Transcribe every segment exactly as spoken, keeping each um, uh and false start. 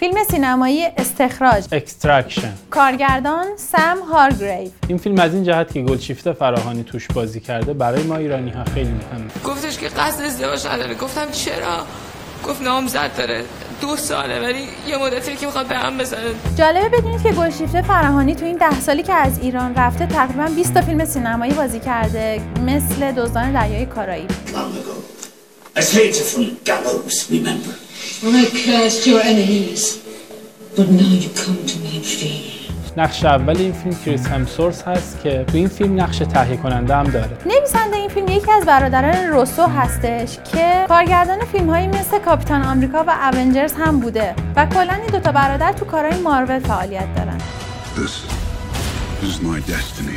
فیلم سینمایی استخراج اکستراکشن. کارگردان سم هارگریو. این فیلم از این جهت که گلشیفته فراهانی توش بازی کرده برای ما ایرانی ها خیلی مهمه. گفتش که قصد ازدواج نداره. گفتم چرا؟ گفت نامزد داره، دو ساله ولی یه مدتی که میخواد به هم بزنه. جالبه بدونید که گلشیفته فراهانی تو این ده سالی که از ایران رفته تقریبا بیست تا فیلم سینمایی بازی کرده، مثل دزدان دریای کارائیب. I saved you from gallows, remember? I cursed your enemies, but now you come to me in fear. نقش اول این فیلم کریس همسورث هست که تو این فیلم نقش تهیه کننده هم داره. نویسنده این فیلم یکی از برادران روسو هستش که کارگردان فیلم‌هایی مثل کاپیتان آمریکا و اونجرز هم بوده و کلاً این دو تا برادر تو کارهای مارول فعالیت دارن. This is my destiny.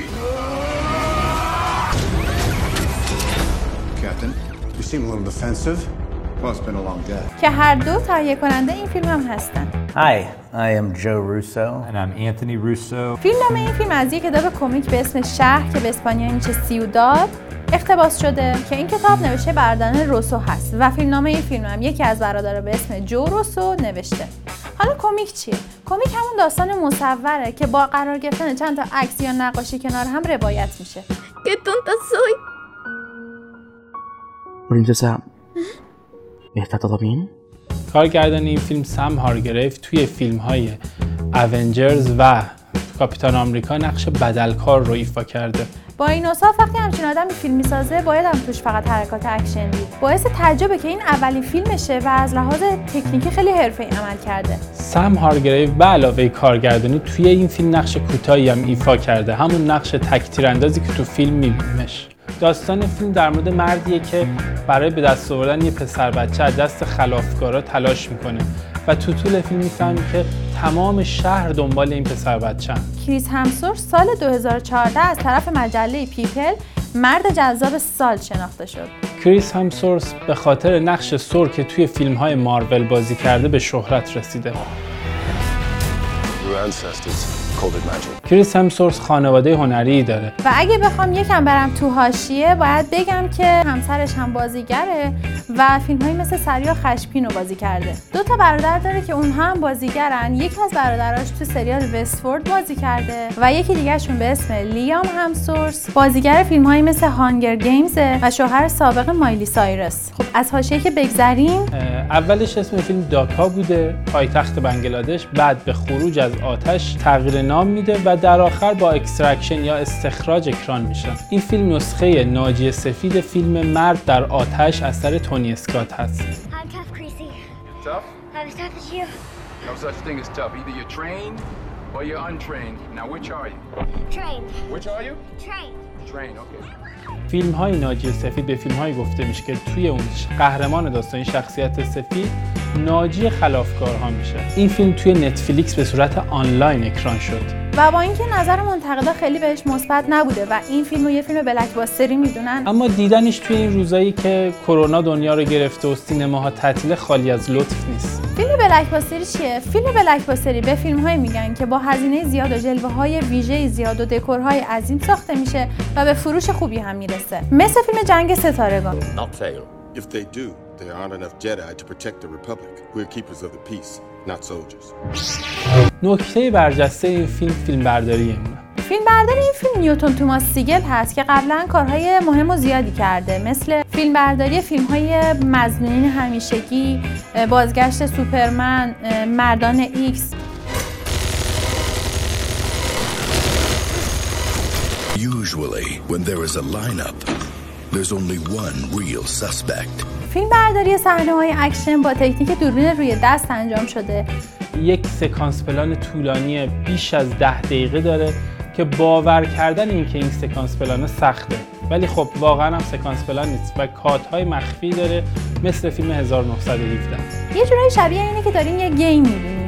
Captain, you seem a little defensive. Well, it's been a long day. که هر دو تهیه کننده این فیلم هم هستن. Hi, I am Joe Russo. And I'm Anthony Russo. فیلم نام این فیلم از یک کتاب کمیک به اسم شهر که به اسپانیایی میشه سیوداد اقتباس شده که این کتاب نوشته برادران روسو هست و فیلم نام این فیلم هم یکی از برادرها به اسم جو روسو نوشته. حالا کمیک چیه؟ کمیک همون داستان مصوره که با قرار گرفتن چند تا عکس یا نقاشی کنار هم روایت میشه. Qué tonta soy. Princesa, ¿está todo bien? کارگردان این فیلم سم هارگریو توی فیلم‌های اونجرز و کاپیتان آمریکا نقش بدلکار رو ایفا کرده. با این اوصاف وقتی همچین آدمی فیلم میسازه باید هم توش فقط حرکات اکشن دید. باعث تعجبه که این اولین فیلمشه و از لحاظ تکنیکی خیلی حرفه‌ای عمل کرده. سم هارگریو به علاوه کارگردانی توی این فیلم نقش کوتاهی هم ایفا کرده، همون نقش تک تیراندازی که تو فیلم می‌بینیمش. داستان فیلم در مورد مردیه که برای به دست آوردن یه پسر بچه از دست خلافکارا تلاش میکنه و تو طول فیلم میفهمی که تمام شهر دنبال این پسر بچه هم. کریس همسورث سال دو هزار و چهارده از طرف مجله پیپل مرد جذاب سال شناخته شد. کریس همسورث به خاطر نقش ثور که توی فیلم‌های مارول بازی کرده به شهرت رسیده. کریس همسورث خانواده هنری داره و اگه بخوام یکم برم تو حاشیه باید بگم که همسرش هم بازیگره و فیلم‌هایی مثل سریا خشمگین رو بازی کرده. دو تا برادر داره که اونها هم بازیگرن. یکی از برادراش تو سریال وستفورد بازی کرده و یکی دیگه‌شون به اسم لیام همسورث بازیگر فیلم‌هایی مثل هانگر گیمز و شوهر سابق مایلی سایرس. خب از حاشیه که بگذریم، اولش اسم فیلم داکا بوده، پایتخت بنگلادش، بعد به خروج از آتش تغییر نام میده و در آخر با اکستراکشن یا استخراج اکران میشه. این فیلم نسخه ناجی سفید فیلم مرد در آتش اثر تونی اسکات هست. فیلم های ناجی سفید به فیلم هایی گفته میشه که توی اون قهرمان داستانی شخصیت سفید ناجی خلافکارها میشه. این فیلم توی نتفلیکس به صورت آنلاین اکران شد و با اینکه نظر منتقدا خیلی بهش مثبت نبوده و این فیلمو یه فیلم بلکباستری میدونن، اما دیدنش توی این روزایی که کرونا دنیا رو گرفته و سینماها تعطیل خالی از لطف نیست. فیلم بلکباستری چیه؟ فیلم بلکباستری به فیلم‌هایی میگن که با هزینه زیاد و جلوه‌های ویژه زیاد و دکورهای عظیم ساخته میشه و به فروش خوبی هم میرسه. مثل فیلم جنگ ستارگان. If they do, there aren't enough Jedi to protect the Republic. We're keepers of the peace, not soldiers. نکته برجسته این فیلم فیلم برداریه. فیلم برداری این فیلم نیوتن توماس سیگل هست که قبلا کارهای مهم و زیادی کرده، مثل فیلم برداری فیلم‌های مظنونین همیشگی، بازگشت سوپرمن، مردان ایکس. Usually, when there is a lineup, there's only one real suspect. فیلم برداری صحنه‌های اکشن با تکنیک دوربین روی دست انجام شده. یک سکانس پلان طولانی بیش از ده دقیقه داره که باور کردن این که این سکانس پلان سخته، ولی خب واقعا هم سکانس پلان نیست و کات‌های مخفی داره مثل فیلم هزار و نهصد و هفده. یه جورایی شبیه اینه که داریم یه گیم می‌بینیم.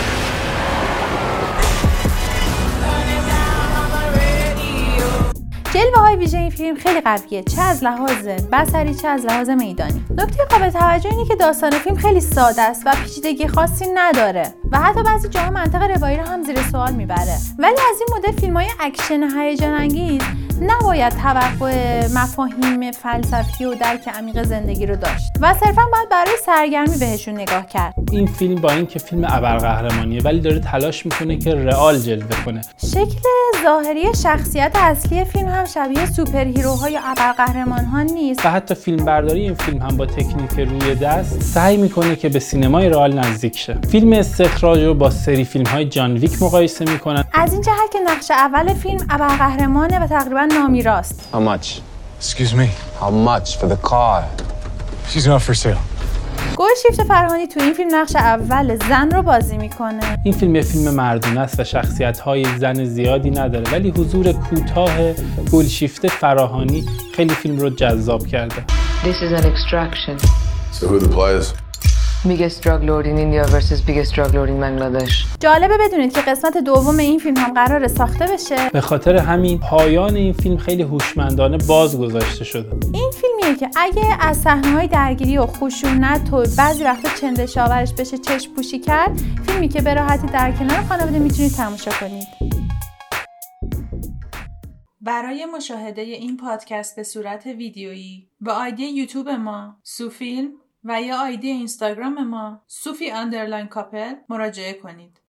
جلوه های ویژه این فیلم خیلی قویه، چه از لحاظ بصری چه از لحاظ میدانی. نکته قابل توجه اینه که داستان فیلم خیلی ساده است و پیچیدگی خاصی نداره و حتی بعضی جاها منطق روایی رو هم زیر سوال میبره. ولی از این مدل فیلم‌های اکشن هیجان انگیز نباید توقع مفاهیم فلسفی و درک عمیق زندگی رو داشت و صرفا باید برای سرگرمی بهشون نگاه کرد. این فیلم با اینکه فیلم ابرقهرمانیه ولی داره تلاش میکنه که رئال جلوه کنه. شکل ظاهری شخصیت اصلی فیلم هم شبیه سوپر هیروها یا ابرقهرمان ها نیست و حتی فیلم برداری این فیلم هم با تکنیک روی دست سعی میکنه که به سینمای رئال نزدیک شه. فیلم استخراج رو با سری فیلم های جان ویک مقایسه میکنن. از این جهت که نقش اول فیلم ابرقهرمانه و تقریبا نامیراست. How much? Excuse me. How much for the car? She's not for sale. گلشیفته فرهانی تو این فیلم نقش اول زن رو بازی میکنه. این فیلم یه فیلم مردونه است و شخصیت‌های زن زیادی نداره ولی حضور کوتاه گلشیفته فرهانی خیلی فیلم رو جذاب کرده. This is an extraction. So who are the players? Biggest drug lord in India versus biggest drug lord in Bangladesh. جالبه بدونید که قسمت دوم این فیلم هم قراره ساخته بشه. به خاطر همین پایان این فیلم خیلی هوشمندانه باز گذاشته شده. این فیلمیه که اگه از صحنه‌های درگیری و خشونت و بعضی وقتا چندشاورش بشه چشم پوشی کرد، فیلمی که به راحتی در کنار خانواده میتونید تماشا کنید. برای مشاهده این پادکست به صورت ویدیویی با آیدی یوتیوب ما سوفیلم و یا آیدی اینستاگرام ما سوفی اندرلاین کاپل مراجعه کنید.